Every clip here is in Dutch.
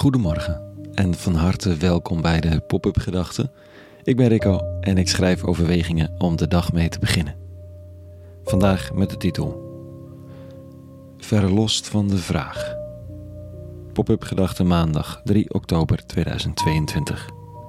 Goedemorgen en van harte welkom bij de Pop-up Gedachten. Ik ben Rico en ik schrijf overwegingen om de dag mee te beginnen. Vandaag met de titel Verlost van de vraag. Pop-up Gedachten maandag 3 oktober 2022.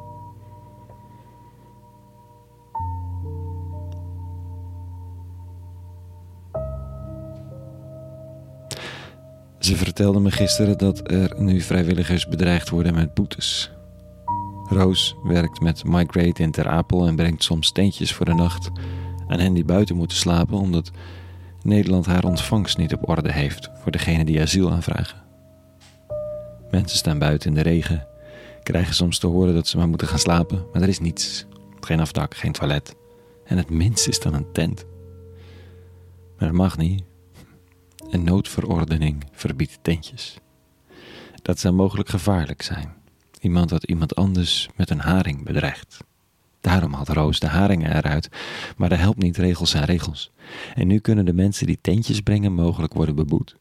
Ze vertelde me gisteren dat er nu vrijwilligers bedreigd worden met boetes. Roos werkt met Migrate in Ter Apel en brengt soms steentjes voor de nacht aan hen die buiten moeten slapen omdat Nederland haar ontvangst niet op orde heeft voor degenen die asiel aanvragen. Mensen staan buiten in de regen, krijgen soms te horen dat ze maar moeten gaan slapen, maar er is niets. Geen afdak, geen toilet. En het minst is dan een tent. Maar dat mag niet. Een noodverordening verbiedt tentjes. Dat zou mogelijk gevaarlijk zijn. Iemand dat iemand anders met een haring bedreigt. Daarom had Roos de haringen eruit, maar dat helpt niet, regels zijn regels. En nu kunnen de mensen die tentjes brengen mogelijk worden beboet.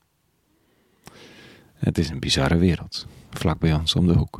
Het is een bizarre wereld, vlak bij ons om de hoek.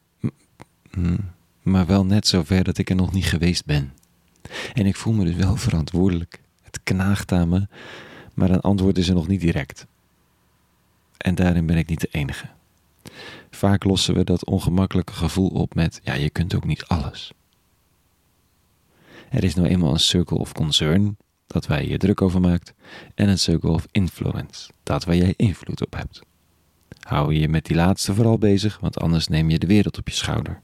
Maar wel net zo ver dat ik er nog niet geweest ben. En ik voel me dus wel verantwoordelijk. Het knaagt aan me, maar een antwoord is er nog niet direct. En daarin ben ik niet de enige. Vaak lossen we dat ongemakkelijke gevoel op met, je kunt ook niet alles. Er is nou eenmaal een circle of concern, dat waar je je druk over maakt, en een circle of influence, dat waar jij invloed op hebt. Hou je met die laatste vooral bezig, want anders neem je de wereld op je schouder.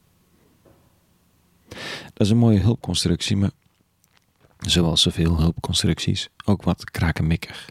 Dat is een mooie hulpconstructie, maar zoals zoveel hulpconstructies, ook wat krakenmikkig.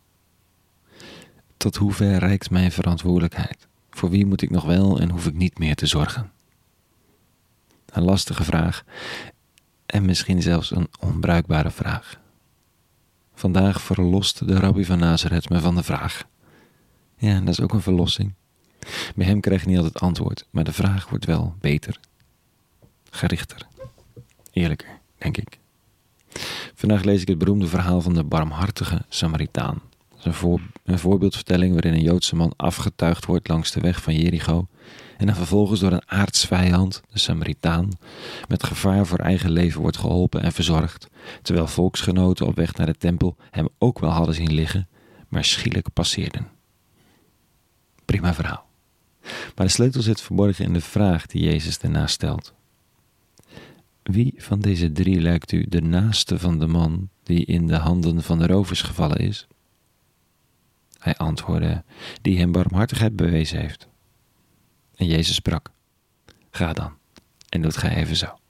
Tot hoe ver reikt mijn verantwoordelijkheid? Voor wie moet ik nog wel en hoef ik niet meer te zorgen? Een lastige vraag en misschien zelfs een onbruikbare vraag. Vandaag verlost de rabbi van Nazareth me van de vraag. Ja, dat is ook een verlossing. Bij hem krijg je niet altijd antwoord, maar de vraag wordt wel beter, gerichter, eerlijker, denk ik. Vandaag lees ik het beroemde verhaal van de barmhartige Samaritaan. Dat is een voorbeeldvertelling waarin een Joodse man afgetuigd wordt langs de weg van Jericho en dan vervolgens door een aartsvijand, de Samaritaan, met gevaar voor eigen leven wordt geholpen en verzorgd, terwijl volksgenoten op weg naar de tempel hem ook wel hadden zien liggen, maar schielijk passeerden. Prima verhaal. Maar de sleutel zit verborgen in de vraag die Jezus daarna stelt. Wie van deze drie lijkt u de naaste van de man die in de handen van de rovers gevallen is? Hij antwoordde, die hem barmhartigheid bewezen heeft. En Jezus sprak, ga dan en doet gij even zo.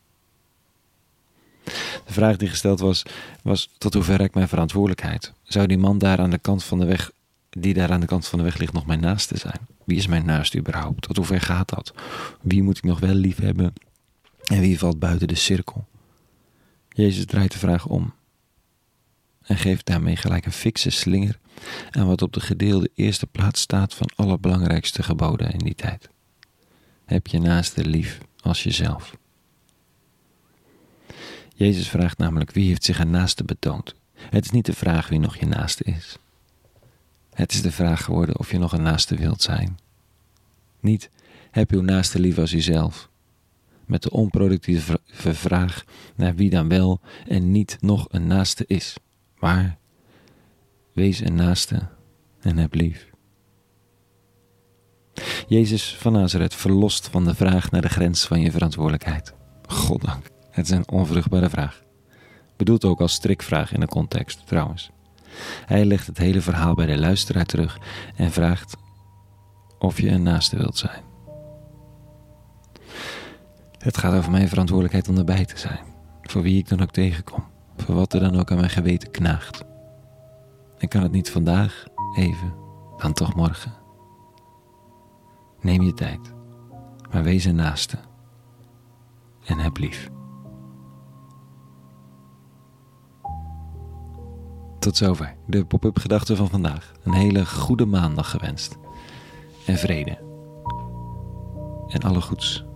De vraag die gesteld was tot hoever reikt mijn verantwoordelijkheid? Zou die man daar aan de kant van de weg, die daar aan de kant van de weg ligt, nog mijn naaste zijn? Wie is mijn naaste überhaupt? Tot hoever gaat dat? Wie moet ik nog wel lief hebben? En wie valt buiten de cirkel? Jezus draait de vraag om. En geeft daarmee gelijk een fikse slinger aan wat op de gedeelde eerste plaats staat van alle belangrijkste geboden in die tijd. Heb je naaste lief als jezelf. Jezus vraagt namelijk wie heeft zich een naaste betoond. Het is niet de vraag wie nog je naaste is. Het is de vraag geworden of je nog een naaste wilt zijn. Niet heb je uw naaste lief als jezelf. Met de onproductieve vraag naar wie dan wel en niet nog een naaste is. Maar wees een naaste en heb lief. Jezus van Nazareth verlost van de vraag naar de grens van je verantwoordelijkheid. Goddank, het is een onvruchtbare vraag. Bedoeld ook als strikvraag in de context, trouwens. Hij legt het hele verhaal bij de luisteraar terug en vraagt of je een naaste wilt zijn. Het gaat over mijn verantwoordelijkheid om erbij te zijn, voor wie ik dan ook tegenkom, voor wat er dan ook aan mijn geweten knaagt. Ik kan het niet vandaag, even, dan toch morgen. Neem je tijd, maar wees een naaste en heb lief. Tot zover de pop-up gedachten van vandaag. Een hele goede maandag gewenst. En vrede. En alle goeds.